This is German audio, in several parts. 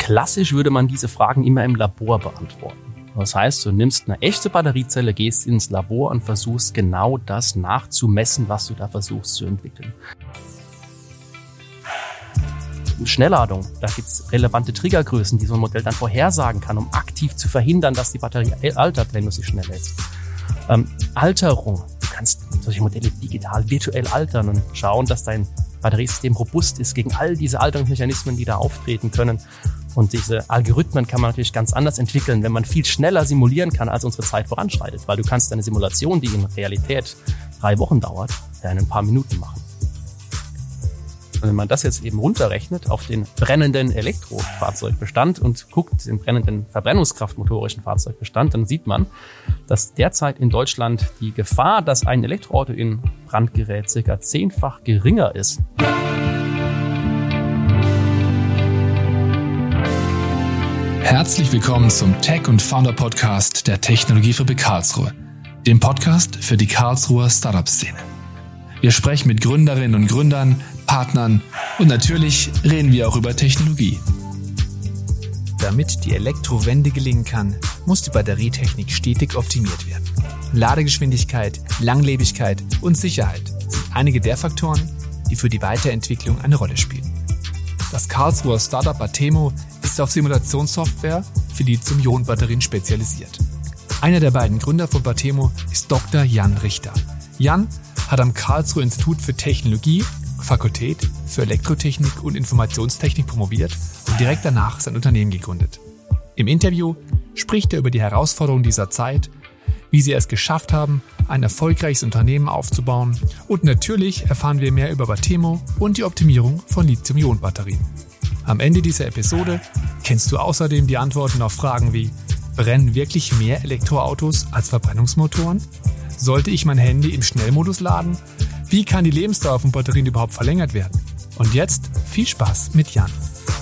Klassisch würde man diese Fragen immer im Labor beantworten. Das heißt, du nimmst eine echte Batteriezelle, gehst ins Labor und versuchst genau das nachzumessen, was du da versuchst zu entwickeln. Schnellladung, da gibt es relevante Triggergrößen, die so ein Modell dann vorhersagen kann, um aktiv zu verhindern, dass die Batterie altert, wenn du sie schnell lädst. Alterung, du kannst solche Modelle digital, virtuell altern und schauen, dass dein Batteriesystem robust ist gegen all diese Alterungsmechanismen, die da auftreten können. Und diese Algorithmen kann man natürlich ganz anders entwickeln, wenn man viel schneller simulieren kann, als unsere Zeit voranschreitet. Weil du kannst eine Simulation, die in Realität 3 Wochen dauert, ja in ein paar Minuten machen. Und wenn man das jetzt eben runterrechnet auf den brennenden Elektrofahrzeugbestand und guckt den brennenden verbrennungskraftmotorischen Fahrzeugbestand, dann sieht man, dass derzeit in Deutschland die Gefahr, dass ein Elektroauto in Brand gerät, ca. 10-fach geringer ist. Herzlich willkommen zum Tech- und Founder-Podcast der Technologiefabrik Karlsruhe, dem Podcast für die Karlsruher Startup-Szene. Wir sprechen mit Gründerinnen und Gründern, Partnern und natürlich reden wir auch über Technologie. Damit die Elektrowende gelingen kann, muss die Batterietechnik stetig optimiert werden. Ladegeschwindigkeit, Langlebigkeit und Sicherheit sind einige der Faktoren, die für die Weiterentwicklung eine Rolle spielen. Das Karlsruher Startup Atemo ist auf Simulationssoftware für Lithium-Ionen-Batterien spezialisiert. Einer der beiden Gründer von Batemo ist Dr. Jan Richter. Jan hat am Karlsruher Institut für Technologie, Fakultät für Elektrotechnik und Informationstechnik promoviert und direkt danach sein Unternehmen gegründet. Im Interview spricht er über die Herausforderungen dieser Zeit, wie sie es geschafft haben, ein erfolgreiches Unternehmen aufzubauen, und natürlich erfahren wir mehr über Batemo und die Optimierung von Lithium-Ionen-Batterien. Am Ende dieser Episode kennst du außerdem die Antworten auf Fragen wie: Brennen wirklich mehr Elektroautos als Verbrennungsmotoren? Sollte ich mein Handy im Schnellmodus laden? Wie kann die Lebensdauer von Batterien überhaupt verlängert werden? Und jetzt viel Spaß mit Jan.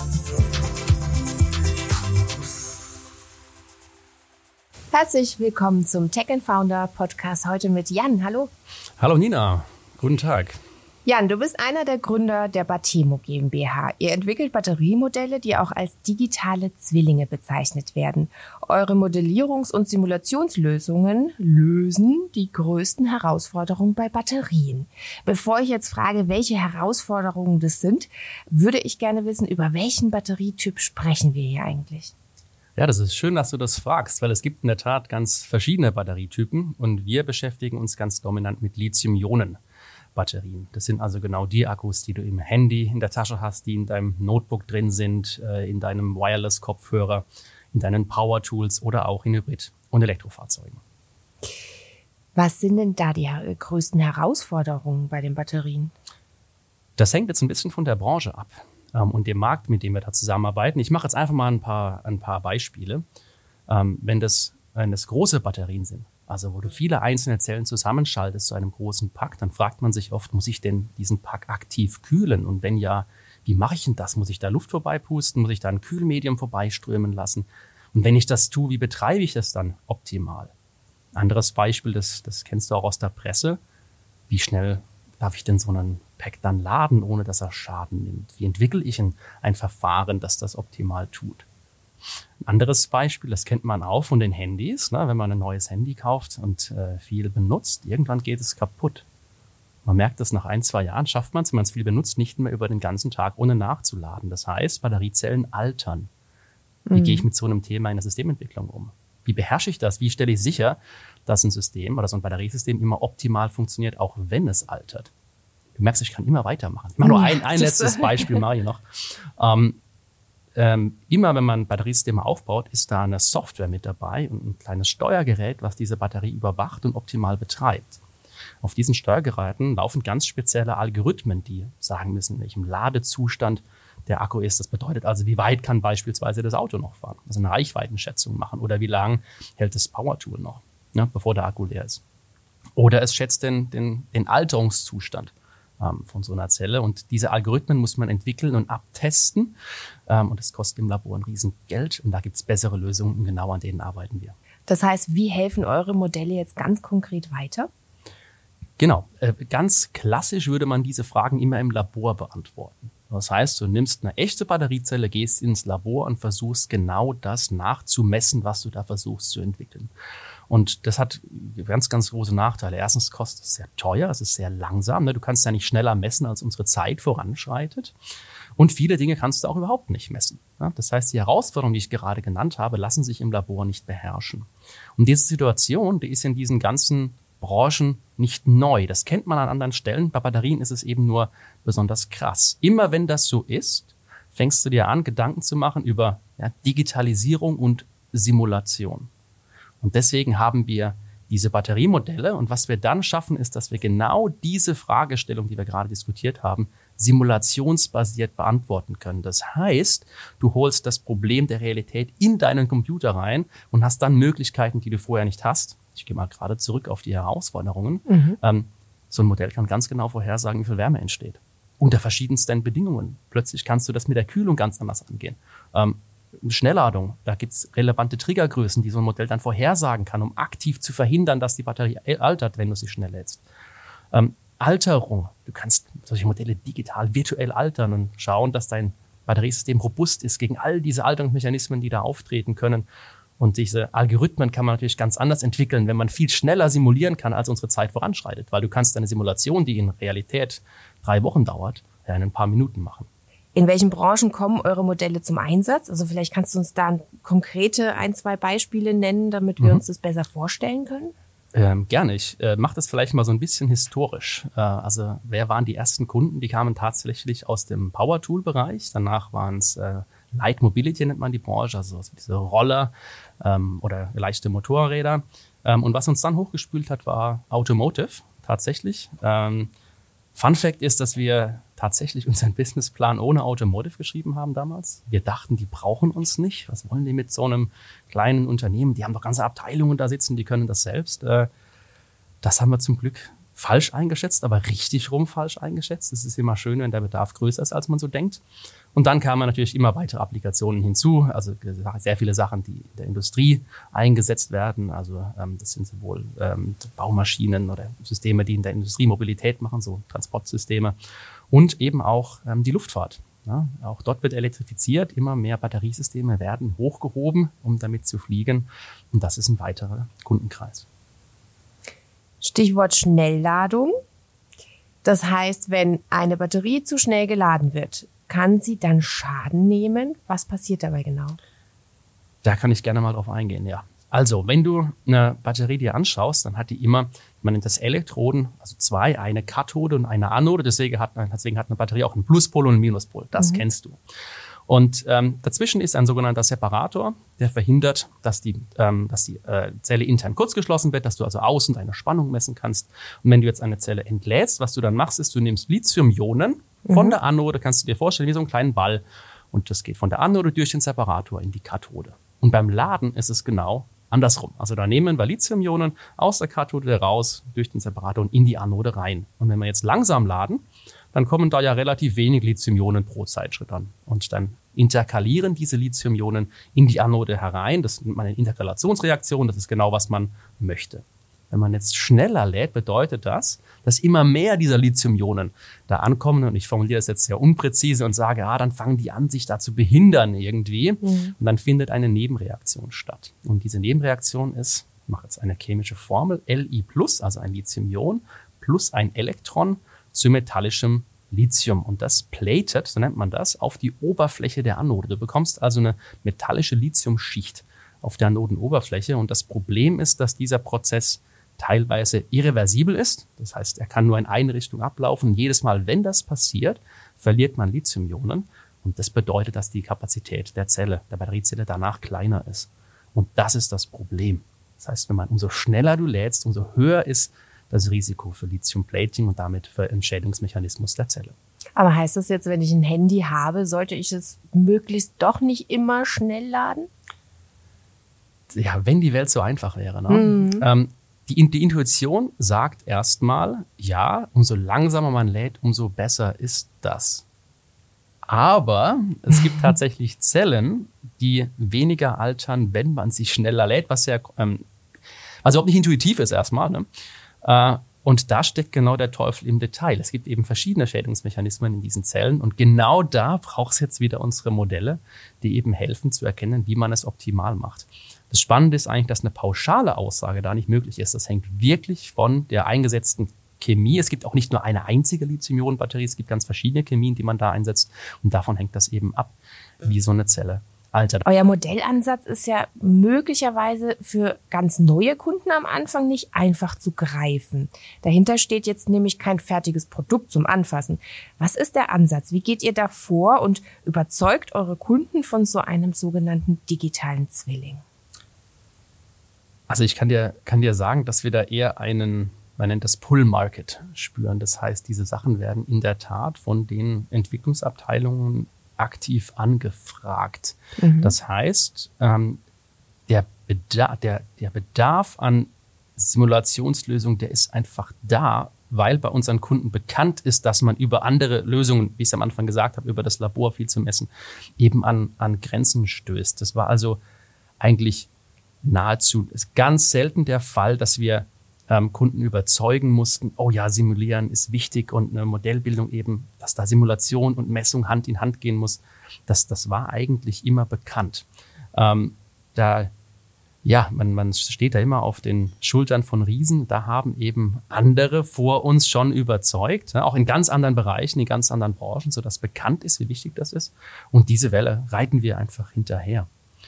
Herzlich willkommen zum Tech & Founder Podcast, heute mit Jan. Hallo. Hallo Nina, guten Tag. Jan, du bist einer der Gründer der Batemo GmbH. Ihr entwickelt Batteriemodelle, die auch als digitale Zwillinge bezeichnet werden. Eure Modellierungs- und Simulationslösungen lösen die größten Herausforderungen bei Batterien. Bevor ich jetzt frage, welche Herausforderungen das sind, würde ich gerne wissen, über welchen Batterietyp sprechen wir hier eigentlich? Ja, das ist schön, dass du das fragst, weil es gibt in der Tat ganz verschiedene Batterietypen und wir beschäftigen uns ganz dominant mit Lithium-Ionen-Batterien. Das sind also genau die Akkus, die du im Handy in der Tasche hast, die in deinem Notebook drin sind, in deinem Wireless-Kopfhörer, in deinen Power-Tools oder auch in Hybrid- und Elektrofahrzeugen. Was sind denn da die größten Herausforderungen bei den Batterien? Das hängt jetzt ein bisschen von der Branche ab und dem Markt, mit dem wir da zusammenarbeiten. Ich mache jetzt einfach mal ein paar Beispiele. Wenn das große Batterien sind, also wo du viele einzelne Zellen zusammenschaltest zu einem großen Pack, dann fragt man sich oft, muss ich denn diesen Pack aktiv kühlen? Und wenn ja, wie mache ich denn das? Muss ich da Luft vorbeipusten? Muss ich da ein Kühlmedium vorbeiströmen lassen? Und wenn ich das tue, wie betreibe ich das dann optimal? Anderes Beispiel, das kennst du auch aus der Presse. Wie schnell darf ich denn so einen Pack dann laden, ohne dass er Schaden nimmt? Wie entwickle ich ein Verfahren, das das optimal tut? Ein anderes Beispiel, das kennt man auch von den Handys, ne? Wenn man ein neues Handy kauft und viel benutzt, irgendwann geht es kaputt. Man merkt das nach 1-2 Jahren, schafft man es, wenn man es viel benutzt, nicht mehr über den ganzen Tag, ohne nachzuladen. Das heißt, Batteriezellen altern. Wie gehe ich mit so einem Thema in der Systementwicklung um? Wie beherrsche ich das? Wie stelle ich sicher, dass ein System oder so ein Batteriesystem immer optimal funktioniert, auch wenn es altert? Du merkst, ich kann immer weitermachen. Ich mache nur ein letztes Beispiel, mache ich noch. Immer wenn man Batteriesysteme aufbaut, ist da eine Software mit dabei und ein kleines Steuergerät, was diese Batterie überwacht und optimal betreibt. Auf diesen Steuergeräten laufen ganz spezielle Algorithmen, die sagen müssen, in welchem Ladezustand der Akku ist. Das bedeutet also, wie weit kann beispielsweise das Auto noch fahren? Also eine Reichweitenschätzung machen oder wie lang hält das Power-Tool noch, ne, bevor der Akku leer ist. Oder es schätzt den Alterungszustand von so einer Zelle. Und diese Algorithmen muss man entwickeln und abtesten. Und das kostet im Labor ein Riesengeld. Und da gibt es bessere Lösungen und genau an denen arbeiten wir. Das heißt, wie helfen eure Modelle jetzt ganz konkret weiter? Genau. Ganz klassisch würde man diese Fragen immer im Labor beantworten. Das heißt, du nimmst eine echte Batteriezelle, gehst ins Labor und versuchst genau das nachzumessen, was du da versuchst zu entwickeln. Und das hat ganz, ganz große Nachteile. Erstens kostet es sehr teuer, es ist sehr langsam. Du kannst ja nicht schneller messen, als unsere Zeit voranschreitet. Und viele Dinge kannst du auch überhaupt nicht messen. Das heißt, die Herausforderungen, die ich gerade genannt habe, lassen sich im Labor nicht beherrschen. Und diese Situation, die ist in diesen ganzen Branchen nicht neu. Das kennt man an anderen Stellen. Bei Batterien ist es eben nur besonders krass. Immer wenn das so ist, fängst du dir an, Gedanken zu machen über Digitalisierung und Simulation. Und deswegen haben wir diese Batteriemodelle. Und was wir dann schaffen, ist, dass wir genau diese Fragestellung, die wir gerade diskutiert haben, simulationsbasiert beantworten können. Das heißt, du holst das Problem der Realität in deinen Computer rein und hast dann Möglichkeiten, die du vorher nicht hast. Ich gehe mal gerade zurück auf die Herausforderungen. So ein Modell kann ganz genau vorhersagen, wie viel Wärme entsteht. Unter verschiedensten Bedingungen. Plötzlich kannst du das mit der Kühlung ganz anders angehen. Schnellladung, da gibt es relevante Triggergrößen, die so ein Modell dann vorhersagen kann, um aktiv zu verhindern, dass die Batterie altert, wenn du sie schnell lädst. Alterung, du kannst solche Modelle digital, virtuell altern und schauen, dass dein Batteriesystem robust ist gegen all diese Alterungsmechanismen, die da auftreten können. Und diese Algorithmen kann man natürlich ganz anders entwickeln, wenn man viel schneller simulieren kann, als unsere Zeit voranschreitet. Weil du kannst eine Simulation, die in Realität 3 Wochen dauert, in ein paar Minuten machen. In welchen Branchen kommen eure Modelle zum Einsatz? Also vielleicht kannst du uns da konkrete 1-2 Beispiele nennen, damit wir uns das besser vorstellen können? Gerne. Ich mache das vielleicht mal so ein bisschen historisch. Also wer waren die ersten Kunden? Die kamen tatsächlich aus dem Power-Tool-Bereich. Danach waren es Light Mobility, nennt man die Branche, also diese Roller oder leichte Motorräder. Und was uns dann hochgespült hat, war Automotive tatsächlich. Fun Fact ist, dass wir tatsächlich unseren Businessplan ohne Automotive geschrieben haben damals. Wir dachten, die brauchen uns nicht. Was wollen die mit so einem kleinen Unternehmen? Die haben doch ganze Abteilungen da sitzen, die können das selbst. Das haben wir zum Glück falsch eingeschätzt, aber richtig rum falsch eingeschätzt. Es ist immer schön, wenn der Bedarf größer ist, als man so denkt. Und dann kamen natürlich immer weitere Applikationen hinzu, also sehr viele Sachen, die in der Industrie eingesetzt werden. Also das sind sowohl Baumaschinen oder Systeme, die in der Industrie Mobilität machen, so Transportsysteme. Und eben auch die Luftfahrt. Ja, auch dort wird elektrifiziert. Immer mehr Batteriesysteme werden hochgehoben, um damit zu fliegen. Und das ist ein weiterer Kundenkreis. Stichwort Schnellladung. Das heißt, wenn eine Batterie zu schnell geladen wird, kann sie dann Schaden nehmen? Was passiert dabei genau? Da kann ich gerne mal drauf eingehen, ja. Also, wenn du eine Batterie dir anschaust, dann hat die immer, man nennt das Elektroden, also 2, eine Kathode und eine Anode. Deswegen hat eine Batterie auch einen Pluspol und einen Minuspol. Das kennst du. Und dazwischen ist ein sogenannter Separator, der verhindert, dass die Zelle intern kurzgeschlossen wird, dass du also außen deine Spannung messen kannst. Und wenn du jetzt eine Zelle entlädst, was du dann machst, ist, du nimmst Lithium-Ionen von der Anode, kannst du dir vorstellen, wie so einen kleinen Ball. Und das geht von der Anode durch den Separator in die Kathode. Und beim Laden ist es genau andersrum. Also da nehmen wir Lithium-Ionen aus der Kathode raus, durch den Separator und in die Anode rein. Und wenn wir jetzt langsam laden, dann kommen da ja relativ wenig Lithium-Ionen pro Zeitschritt an. Und dann interkalieren diese Lithium-Ionen in die Anode herein. Das nennt man eine Interkalationsreaktion. Das ist genau, was man möchte. Wenn man jetzt schneller lädt, bedeutet das, dass immer mehr dieser Lithium-Ionen da ankommen. Und ich formuliere das jetzt sehr unpräzise und sage, dann fangen die an, sich da zu behindern irgendwie. Und dann findet eine Nebenreaktion statt. Und diese Nebenreaktion ist, ich mache jetzt eine chemische Formel, Li+, also ein Lithium-Ion, plus ein Elektron zu metallischem Lithium. Und das platet, so nennt man das, auf die Oberfläche der Anode. Du bekommst also eine metallische Lithiumschicht auf der Anodenoberfläche. Und das Problem ist, dass dieser Prozess teilweise irreversibel ist. Das heißt, er kann nur in eine Richtung ablaufen. Jedes Mal, wenn das passiert, verliert man Lithium-Ionen. Und das bedeutet, dass die Kapazität der Zelle, der Batteriezelle danach kleiner ist. Und das ist das Problem. Das heißt, umso schneller du lädst, umso höher ist das Risiko für Lithium-Plating und damit für einen Schädigungsmechanismus der Zelle. Aber heißt das jetzt, wenn ich ein Handy habe, sollte ich es möglichst doch nicht immer schnell laden? Ja, wenn die Welt so einfach wäre. Ne? Die Intuition sagt erstmal, ja, umso langsamer man lädt, umso besser ist das. Aber es gibt tatsächlich Zellen, die weniger altern, wenn man sie schneller lädt, was ja, also auch nicht intuitiv ist erstmal. Ne? Und da steckt genau der Teufel im Detail. Es gibt eben verschiedene Schädigungsmechanismen in diesen Zellen. Und genau da braucht es jetzt wieder unsere Modelle, die eben helfen zu erkennen, wie man es optimal macht. Das Spannende ist eigentlich, dass eine pauschale Aussage da nicht möglich ist. Das hängt wirklich von der eingesetzten Chemie. Es gibt auch nicht nur eine einzige Lithium-Ionen-Batterie. Es gibt ganz verschiedene Chemien, die man da einsetzt. Und davon hängt das eben ab, wie so eine Zelle altert. Euer Modellansatz ist ja möglicherweise für ganz neue Kunden am Anfang nicht einfach zu greifen. Dahinter steht jetzt nämlich kein fertiges Produkt zum Anfassen. Was ist der Ansatz? Wie geht ihr da vor und überzeugt eure Kunden von so einem sogenannten digitalen Zwilling? Also ich kann dir sagen, dass wir da eher man nennt das Pull-Market spüren. Das heißt, diese Sachen werden in der Tat von den Entwicklungsabteilungen aktiv angefragt. Das heißt, der Bedarf an Simulationslösungen, der ist einfach da, weil bei unseren Kunden bekannt ist, dass man über andere Lösungen, wie ich es am Anfang gesagt habe, über das Labor viel zu messen, eben an Grenzen stößt. Das war also eigentlich nahezu ganz selten der Fall, dass wir Kunden überzeugen mussten, oh ja, simulieren ist wichtig und eine Modellbildung eben, dass da Simulation und Messung Hand in Hand gehen muss, das war eigentlich immer bekannt. Man steht da immer auf den Schultern von Riesen, da haben eben andere vor uns schon überzeugt, auch in ganz anderen Bereichen, in ganz anderen Branchen, sodass bekannt ist, wie wichtig das ist. Und diese Welle reiten wir einfach hinterher.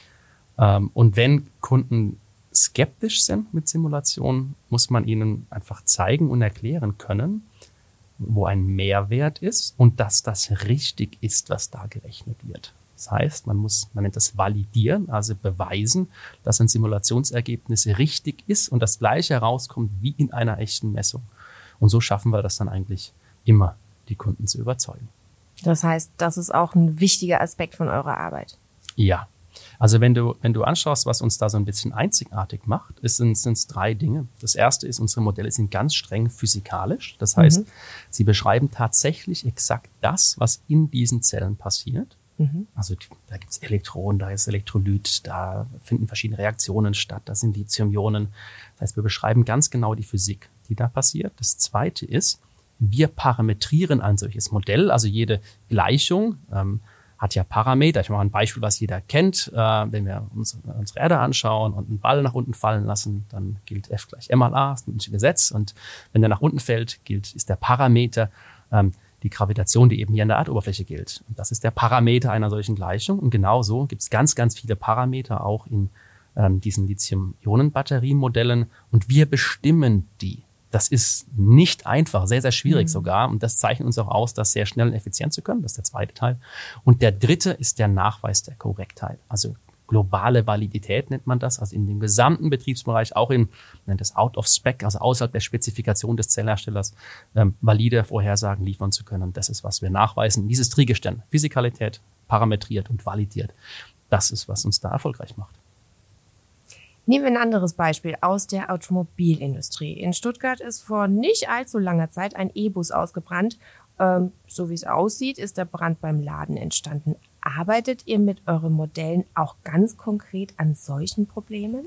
Und wenn Kunden skeptisch sind mit Simulationen, muss man ihnen einfach zeigen und erklären können, wo ein Mehrwert ist und dass das richtig ist, was da gerechnet wird. Das heißt, man nennt das validieren, also beweisen, dass ein Simulationsergebnis richtig ist und das Gleiche herauskommt wie in einer echten Messung. Und so schaffen wir das dann eigentlich immer, die Kunden zu überzeugen. Das heißt, das ist auch ein wichtiger Aspekt von eurer Arbeit. Ja. Also wenn du anschaust, was uns da so ein bisschen einzigartig macht, sind es 3 Dinge. Das erste ist, unsere Modelle sind ganz streng physikalisch. Das heißt, sie beschreiben tatsächlich exakt das, was in diesen Zellen passiert. Also da gibt es Elektronen, da ist Elektrolyt, da finden verschiedene Reaktionen statt, da sind Lithium-Ionen. Das heißt, wir beschreiben ganz genau die Physik, die da passiert. Das zweite ist, wir parametrieren ein solches Modell, also jede Gleichung hat ja Parameter. Ich mache ein Beispiel, was jeder kennt. Wenn wir unsere Erde anschauen und einen Ball nach unten fallen lassen, dann gilt F gleich M mal A, das ist ein Gesetz. Und wenn der nach unten fällt, ist der Parameter die Gravitation, die eben hier an der Erdoberfläche gilt. Und das ist der Parameter einer solchen Gleichung. Und genauso gibt es ganz, ganz viele Parameter auch in diesen Lithium-Ionen-Batteriemodellen. Und wir bestimmen die. Das ist nicht einfach, sehr, sehr schwierig sogar. Und das zeichnet uns auch aus, das sehr schnell und effizient zu können. Das ist der zweite Teil. Und der dritte ist der Nachweis der Korrektheit. Also globale Validität nennt man das. Also in dem gesamten Betriebsbereich, auch man nennt das out of spec, also außerhalb der Spezifikation des Zellherstellers, valide Vorhersagen liefern zu können. Und das ist, was wir nachweisen. Dieses Trigestirn, Physikalität, parametriert und validiert. Das ist, was uns da erfolgreich macht. Nehmen wir ein anderes Beispiel aus der Automobilindustrie. In Stuttgart ist vor nicht allzu langer Zeit ein E-Bus ausgebrannt. So wie es aussieht, ist der Brand beim Laden entstanden. Arbeitet ihr mit euren Modellen auch ganz konkret an solchen Problemen?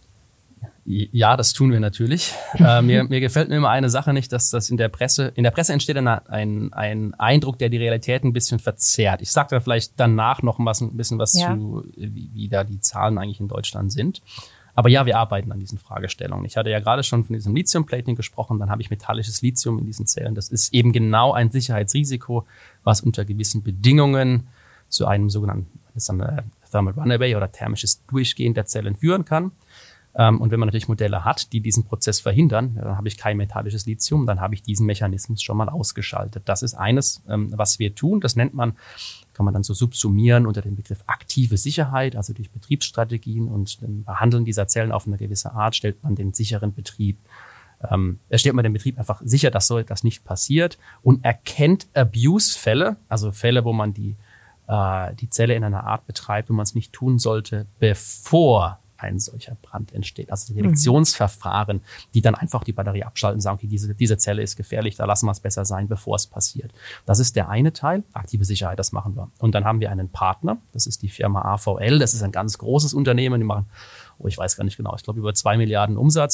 Ja, das tun wir natürlich. Mir gefällt mir immer eine Sache nicht, dass das in der Presse entsteht ein Eindruck, der die Realität ein bisschen verzerrt. Ich sage da vielleicht danach noch ein bisschen was zu, wie da die Zahlen eigentlich in Deutschland sind. Aber ja, wir arbeiten an diesen Fragestellungen. Ich hatte ja gerade schon von diesem Lithium-Plating gesprochen, dann habe ich metallisches Lithium in diesen Zellen. Das ist eben genau ein Sicherheitsrisiko, was unter gewissen Bedingungen zu einem sogenannten Thermal Runaway oder thermisches Durchgehen der Zellen führen kann. Und wenn man natürlich Modelle hat, die diesen Prozess verhindern, dann habe ich kein metallisches Lithium, dann habe ich diesen Mechanismus schon mal ausgeschaltet. Das ist eines, was wir tun. Das kann man dann so subsumieren unter dem Begriff aktive Sicherheit, also durch Betriebsstrategien und dem Behandeln dieser Zellen auf eine gewisse Art stellt man den sicheren Betrieb. Stellt man den Betrieb einfach sicher, dass so etwas nicht passiert und erkennt Abuse-Fälle, also Fälle, wo man die Zelle in einer Art betreibt, wo man es nicht tun sollte, bevor ein solcher Brand entsteht. Also Detektionsverfahren, die dann einfach die Batterie abschalten und sagen, okay, diese Zelle ist gefährlich, da lassen wir es besser sein, bevor es passiert. Das ist der eine Teil, aktive Sicherheit, das machen wir. Und dann haben wir einen Partner, das ist die Firma AVL, das ist ein ganz großes Unternehmen, die machen, ich weiß gar nicht genau, ich glaube über 2 Milliarden Umsatz.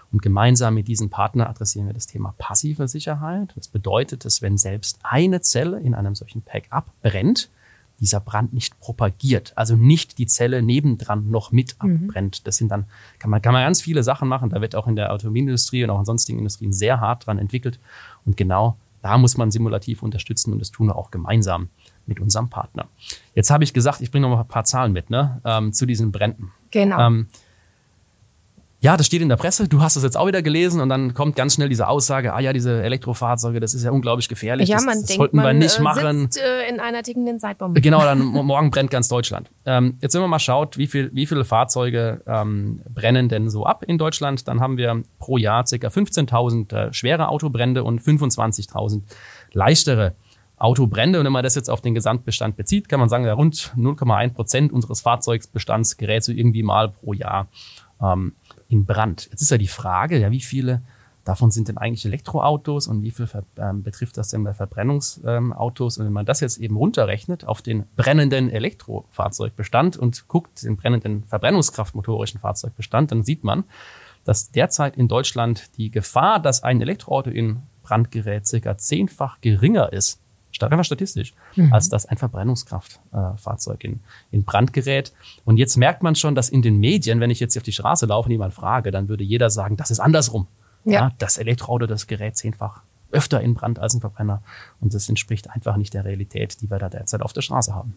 Und gemeinsam mit diesem Partner adressieren wir das Thema passive Sicherheit. Das bedeutet, dass wenn selbst eine Zelle in einem solchen Pack abbrennt, dieser Brand nicht propagiert, also nicht die Zelle nebendran noch mit abbrennt. Das sind dann, kann man ganz viele Sachen machen. Da wird auch in der Automobilindustrie und auch in sonstigen Industrien sehr hart dran entwickelt. Und genau da muss man simulativ unterstützen und das tun wir auch gemeinsam mit unserem Partner. Jetzt habe ich gesagt, ich bringe noch mal ein paar Zahlen mit, zu diesen Bränden. Genau. Ja, das steht in der Presse. Du hast es jetzt auch wieder gelesen und dann kommt ganz schnell diese Aussage, diese Elektrofahrzeuge, das ist ja unglaublich gefährlich. Ja, das denkt, sollten wir nicht machen. Sitzt in einer tickenden Zeitbombe. Genau, dann morgen brennt ganz Deutschland. Jetzt wenn man mal schaut, wie viele Fahrzeuge brennen denn so ab in Deutschland, dann haben wir pro Jahr ca. 15.000 schwere Autobrände und 25.000 leichtere Autobrände. Und wenn man das jetzt auf den Gesamtbestand bezieht, kann man sagen, ja, rund 0,1% unseres Fahrzeugsbestands gerät so irgendwie mal pro Jahr in Brand. Jetzt ist ja die Frage, wie viele davon sind denn eigentlich Elektroautos und wie viel betrifft das denn bei Verbrennungsautos? Und wenn man das jetzt eben runterrechnet auf den brennenden Elektrofahrzeugbestand und guckt den brennenden verbrennungskraftmotorischen Fahrzeugbestand, dann sieht man, dass derzeit in Deutschland die Gefahr, dass ein Elektroauto in Brand gerät, circa 10-fach geringer ist, einfach statistisch, als dass ein Verbrennungskraftfahrzeug in Brand gerät. Und jetzt merkt man schon, dass in den Medien, wenn ich jetzt auf die Straße laufe und jemand frage, dann würde jeder sagen, das ist andersrum. Ja, das Elektroauto, das gerät 10-fach öfter in Brand als ein Verbrenner. Und das entspricht einfach nicht der Realität, die wir da derzeit auf der Straße haben.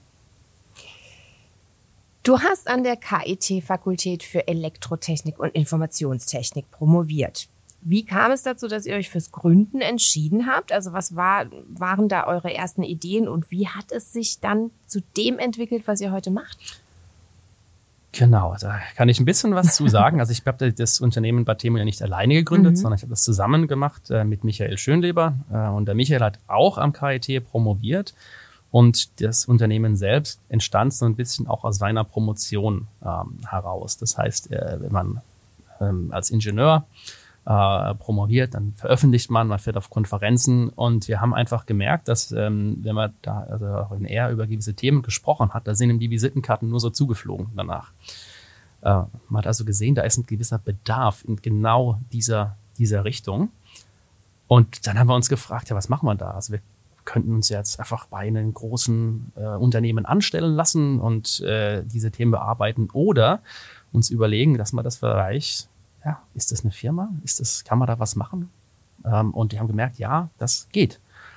Du hast an der KIT Fakultät für Elektrotechnik und Informationstechnik promoviert. Wie kam es dazu, dass ihr euch fürs Gründen entschieden habt? Also was waren da eure ersten Ideen und wie hat es sich dann zu dem entwickelt, was ihr heute macht? Genau, da kann ich ein bisschen was zu sagen. Also ich habe das Unternehmen Batemo ja nicht alleine gegründet, sondern ich habe das zusammen gemacht mit Michael Schönleber. Und der Michael hat auch am KIT promoviert. Und das Unternehmen selbst entstand so ein bisschen auch aus seiner Promotion heraus. Das heißt, wenn man als Ingenieur promoviert, dann veröffentlicht man fährt auf Konferenzen und wir haben einfach gemerkt, dass wenn man da auch in R über gewisse Themen gesprochen hat, da sind ihm die Visitenkarten nur so zugeflogen danach. Man hat also gesehen, da ist ein gewisser Bedarf in genau dieser Richtung. Und dann haben wir uns gefragt, was machen wir da? Also wir könnten uns jetzt einfach bei einem großen Unternehmen anstellen lassen und diese Themen bearbeiten oder uns überlegen, dass man das vielleicht ist das eine Firma? Kann man da was machen? Und die haben gemerkt, ja, das geht.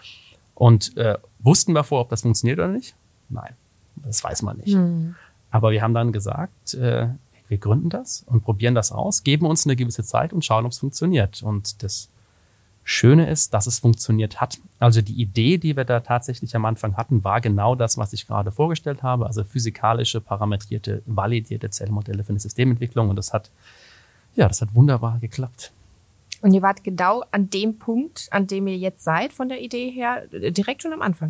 Und wussten wir vorher, ob das funktioniert oder nicht? Nein, das weiß man nicht. Aber wir haben dann gesagt, wir gründen das und probieren das aus, geben uns eine gewisse Zeit und schauen, ob es funktioniert. Und das Schöne ist, dass es funktioniert hat. Also die Idee, die wir da tatsächlich am Anfang hatten, war genau das, was ich gerade vorgestellt habe. Also physikalische, parametrierte, validierte Zellmodelle für eine Systementwicklung. Und das hat wunderbar geklappt. Und ihr wart genau an dem Punkt, an dem ihr jetzt seid, von der Idee her, direkt schon am Anfang?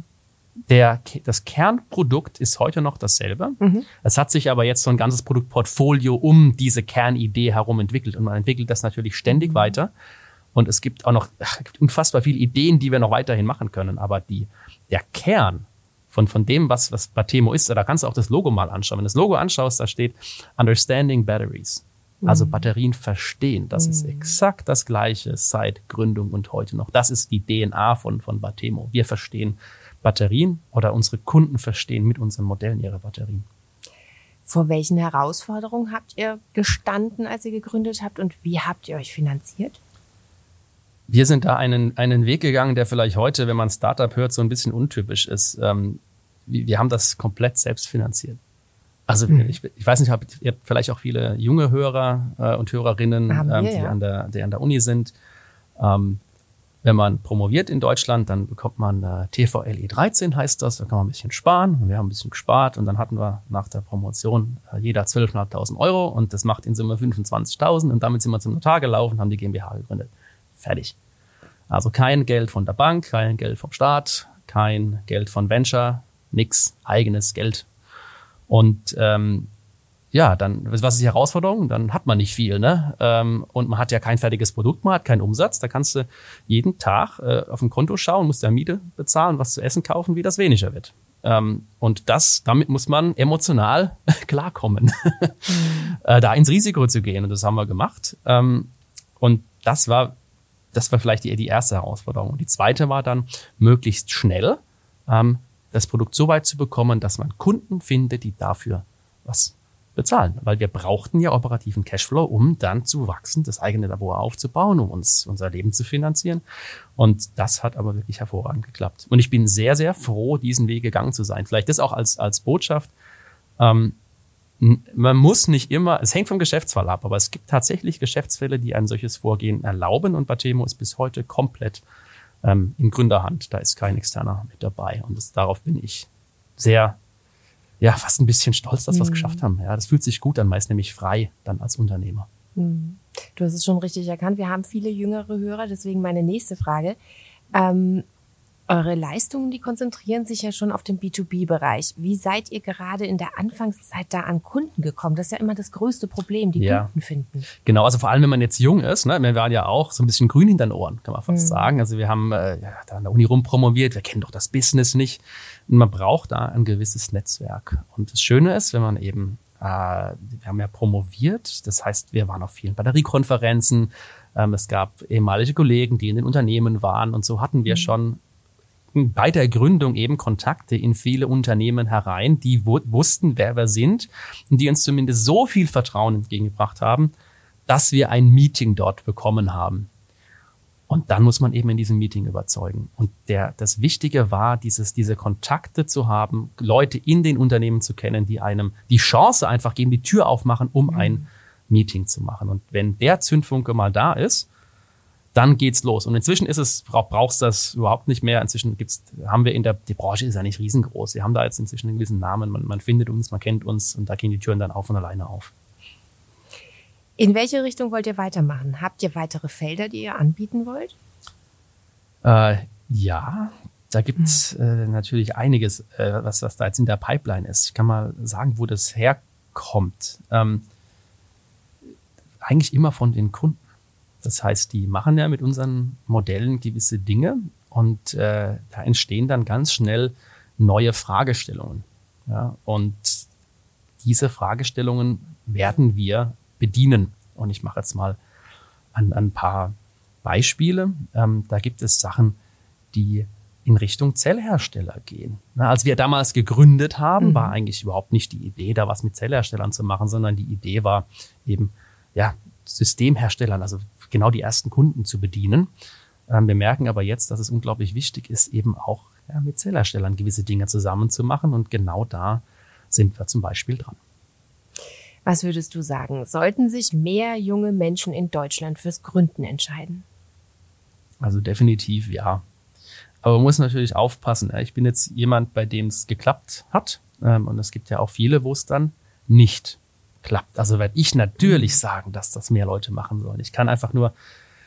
Das Kernprodukt ist heute noch dasselbe. Es hat sich aber jetzt so ein ganzes Produktportfolio um diese Kernidee herum entwickelt. Und man entwickelt das natürlich ständig weiter. Und es gibt auch noch unfassbar viele Ideen, die wir noch weiterhin machen können. Aber der Kern von dem, was Batemo ist, da kannst du auch das Logo mal anschauen. Wenn du das Logo anschaust, da steht Understanding Batteries. Also Batterien verstehen. Das ist exakt das Gleiche seit Gründung und heute noch. Das ist die DNA von Batemo. Wir verstehen Batterien oder unsere Kunden verstehen mit unseren Modellen ihre Batterien. Vor welchen Herausforderungen habt ihr gestanden, als ihr gegründet habt und wie habt ihr euch finanziert? Wir sind da einen Weg gegangen, der vielleicht heute, wenn man Startup hört, so ein bisschen untypisch ist. Wir haben das komplett selbst finanziert. Also ich weiß nicht, ihr habt vielleicht auch viele junge Hörer und Hörerinnen, die an der Uni sind. Wenn man promoviert in Deutschland, dann bekommt man TVLE 13, heißt das. Da kann man ein bisschen sparen. Und wir haben ein bisschen gespart und dann hatten wir nach der Promotion jeder 12.500 € und das macht in Summe 25.000 und damit sind wir zum Notar gelaufen, haben die GmbH gegründet. Fertig. Also kein Geld von der Bank, kein Geld vom Staat, kein Geld von Venture, nix, eigenes Geld. Und dann, was ist die Herausforderung? Dann hat man nicht viel, ne? Und man hat ja kein fertiges Produkt, man hat keinen Umsatz. Da kannst du jeden Tag auf ein Konto schauen, musst ja Miete bezahlen, was zu essen kaufen, wie das weniger wird. Und damit muss man emotional klarkommen, da ins Risiko zu gehen. Und das haben wir gemacht. Und Und das war vielleicht die erste Herausforderung. Und die zweite war dann, möglichst schnell das Produkt so weit zu bekommen, dass man Kunden findet, die dafür was bezahlen. Weil wir brauchten ja operativen Cashflow, um dann zu wachsen, das eigene Labor aufzubauen, um uns unser Leben zu finanzieren. Und das hat aber wirklich hervorragend geklappt. Und ich bin sehr, sehr froh, diesen Weg gegangen zu sein. Vielleicht das auch als Botschaft. Man muss nicht immer, es hängt vom Geschäftsfall ab, aber es gibt tatsächlich Geschäftsfälle, die ein solches Vorgehen erlauben. Und Batemo ist bis heute komplett in Gründerhand. Da ist kein Externer mit dabei. Und darauf bin ich sehr, fast ein bisschen stolz, dass wir es geschafft haben. Ja, das fühlt sich gut an, meist nämlich frei dann als Unternehmer. Du hast es schon richtig erkannt. Wir haben viele jüngere Hörer, deswegen meine nächste Frage. Eure Leistungen, die konzentrieren sich ja schon auf den B2B-Bereich. Wie seid ihr gerade in der Anfangszeit da an Kunden gekommen? Das ist ja immer das größte Problem, die Kunden finden. Genau, also vor allem, wenn man jetzt jung ist, ne? Wir waren ja auch so ein bisschen grün hinter den Ohren, kann man fast sagen. Also wir haben da an der Uni rumpromoviert, wir kennen doch das Business nicht. Und man braucht da ein gewisses Netzwerk. Und das Schöne ist, wenn man eben, wir haben ja promoviert, das heißt, wir waren auf vielen Batteriekonferenzen, es gab ehemalige Kollegen, die in den Unternehmen waren und so hatten wir schon bei der Gründung eben Kontakte in viele Unternehmen herein, die wussten, wer wir sind und die uns zumindest so viel Vertrauen entgegengebracht haben, dass wir ein Meeting dort bekommen haben. Und dann muss man eben in diesem Meeting überzeugen. Und das Wichtige war, diese Kontakte zu haben, Leute in den Unternehmen zu kennen, die einem die Chance einfach geben, die Tür aufmachen, um ein Meeting zu machen. Und wenn der Zündfunke mal da ist, dann geht's los. Und inzwischen brauchst du das überhaupt nicht mehr. Inzwischen die Branche ist ja nicht riesengroß. Wir haben da jetzt inzwischen einen gewissen Namen. Man findet uns, man kennt uns und da gehen die Türen dann auf und alleine auf. In welche Richtung wollt ihr weitermachen? Habt ihr weitere Felder, die ihr anbieten wollt? Ja, da gibt's natürlich einiges, was da jetzt in der Pipeline ist. Ich kann mal sagen, wo das herkommt. Eigentlich immer von den Kunden. Das heißt, die machen ja mit unseren Modellen gewisse Dinge und da entstehen dann ganz schnell neue Fragestellungen. Ja? Und diese Fragestellungen werden wir bedienen. Und ich mache jetzt mal ein paar Beispiele. Da gibt es Sachen, die in Richtung Zellhersteller gehen. Na, als wir damals gegründet haben, war eigentlich überhaupt nicht die Idee, da was mit Zellherstellern zu machen, sondern die Idee war eben, Systemherstellern, also genau die ersten Kunden zu bedienen. Wir merken aber jetzt, dass es unglaublich wichtig ist, eben auch mit Zellherstellern gewisse Dinge zusammen zu machen. Und genau da sind wir zum Beispiel dran. Was würdest du sagen? Sollten sich mehr junge Menschen in Deutschland fürs Gründen entscheiden? Also definitiv ja. Aber man muss natürlich aufpassen. Ich bin jetzt jemand, bei dem es geklappt hat. Und es gibt ja auch viele, wo es dann nicht klappt. Also werde ich natürlich sagen, dass das mehr Leute machen sollen. Ich kann einfach nur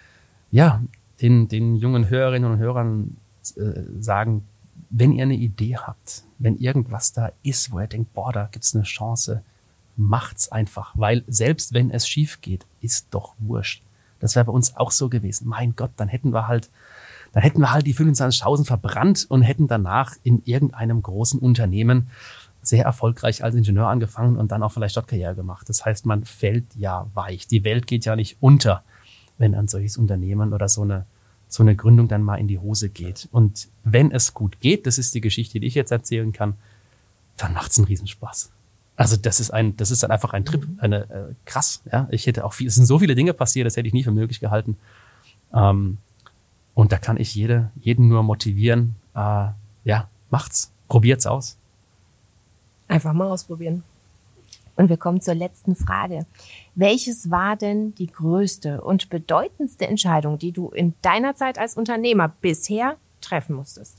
den jungen Hörerinnen und Hörern sagen, wenn ihr eine Idee habt, wenn irgendwas da ist, wo ihr denkt, da gibt's eine Chance, macht's einfach. Weil selbst wenn es schief geht, ist doch wurscht. Das wäre bei uns auch so gewesen. Mein Gott, dann hätten wir halt die 25.000 verbrannt und hätten danach in irgendeinem großen Unternehmen sehr erfolgreich als Ingenieur angefangen und dann auch vielleicht dort Karriere gemacht. Das heißt, man fällt ja weich. Die Welt geht ja nicht unter, wenn ein solches Unternehmen oder so eine Gründung dann mal in die Hose geht. Und wenn es gut geht, das ist die Geschichte, die ich jetzt erzählen kann, dann macht's einen Riesenspaß. Also das ist dann einfach ein Trip, krass. Ja, es sind so viele Dinge passiert, das hätte ich nie für möglich gehalten. Und da kann ich jeden nur motivieren. Macht's, probiert's aus. Einfach mal ausprobieren. Und wir kommen zur letzten Frage. Welches war denn die größte und bedeutendste Entscheidung, die du in deiner Zeit als Unternehmer bisher treffen musstest?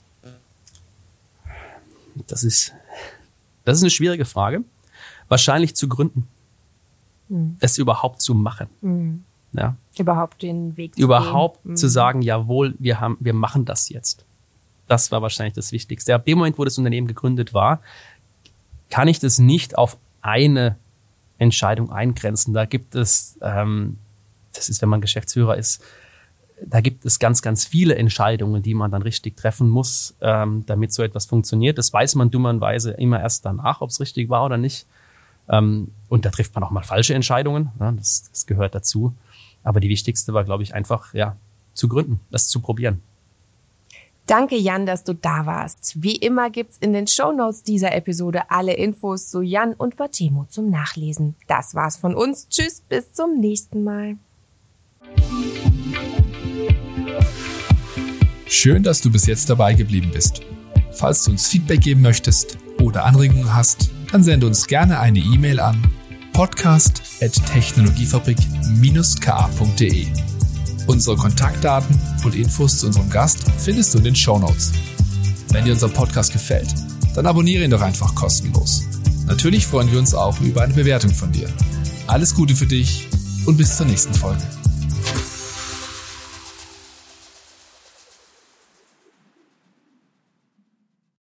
Das ist eine schwierige Frage. Wahrscheinlich zu gründen. Es überhaupt zu machen. Ja. Überhaupt den Weg zu gehen. Zu sagen, jawohl, wir machen das jetzt. Das war wahrscheinlich das Wichtigste. Ab dem Moment, wo das Unternehmen gegründet war, kann ich das nicht auf eine Entscheidung eingrenzen. Da gibt es, das ist, wenn man Geschäftsführer ist, da gibt es ganz, ganz viele Entscheidungen, die man dann richtig treffen muss, damit so etwas funktioniert. Das weiß man dummerweise immer erst danach, ob es richtig war oder nicht. Und da trifft man auch mal falsche Entscheidungen. Ja, das gehört dazu. Aber die wichtigste war, glaube ich, einfach zu gründen, das zu probieren. Danke, Jan, dass du da warst. Wie immer gibt's in den Shownotes dieser Episode alle Infos zu Jan und Batemo zum Nachlesen. Das war's von uns. Tschüss, bis zum nächsten Mal. Schön, dass du bis jetzt dabei geblieben bist. Falls du uns Feedback geben möchtest oder Anregungen hast, dann sende uns gerne eine E-Mail an podcast@technologiefabrik-ka.de. Unsere Kontaktdaten und Infos zu unserem Gast findest du in den Shownotes. Wenn dir unser Podcast gefällt, dann abonniere ihn doch einfach kostenlos. Natürlich freuen wir uns auch über eine Bewertung von dir. Alles Gute für dich und bis zur nächsten Folge.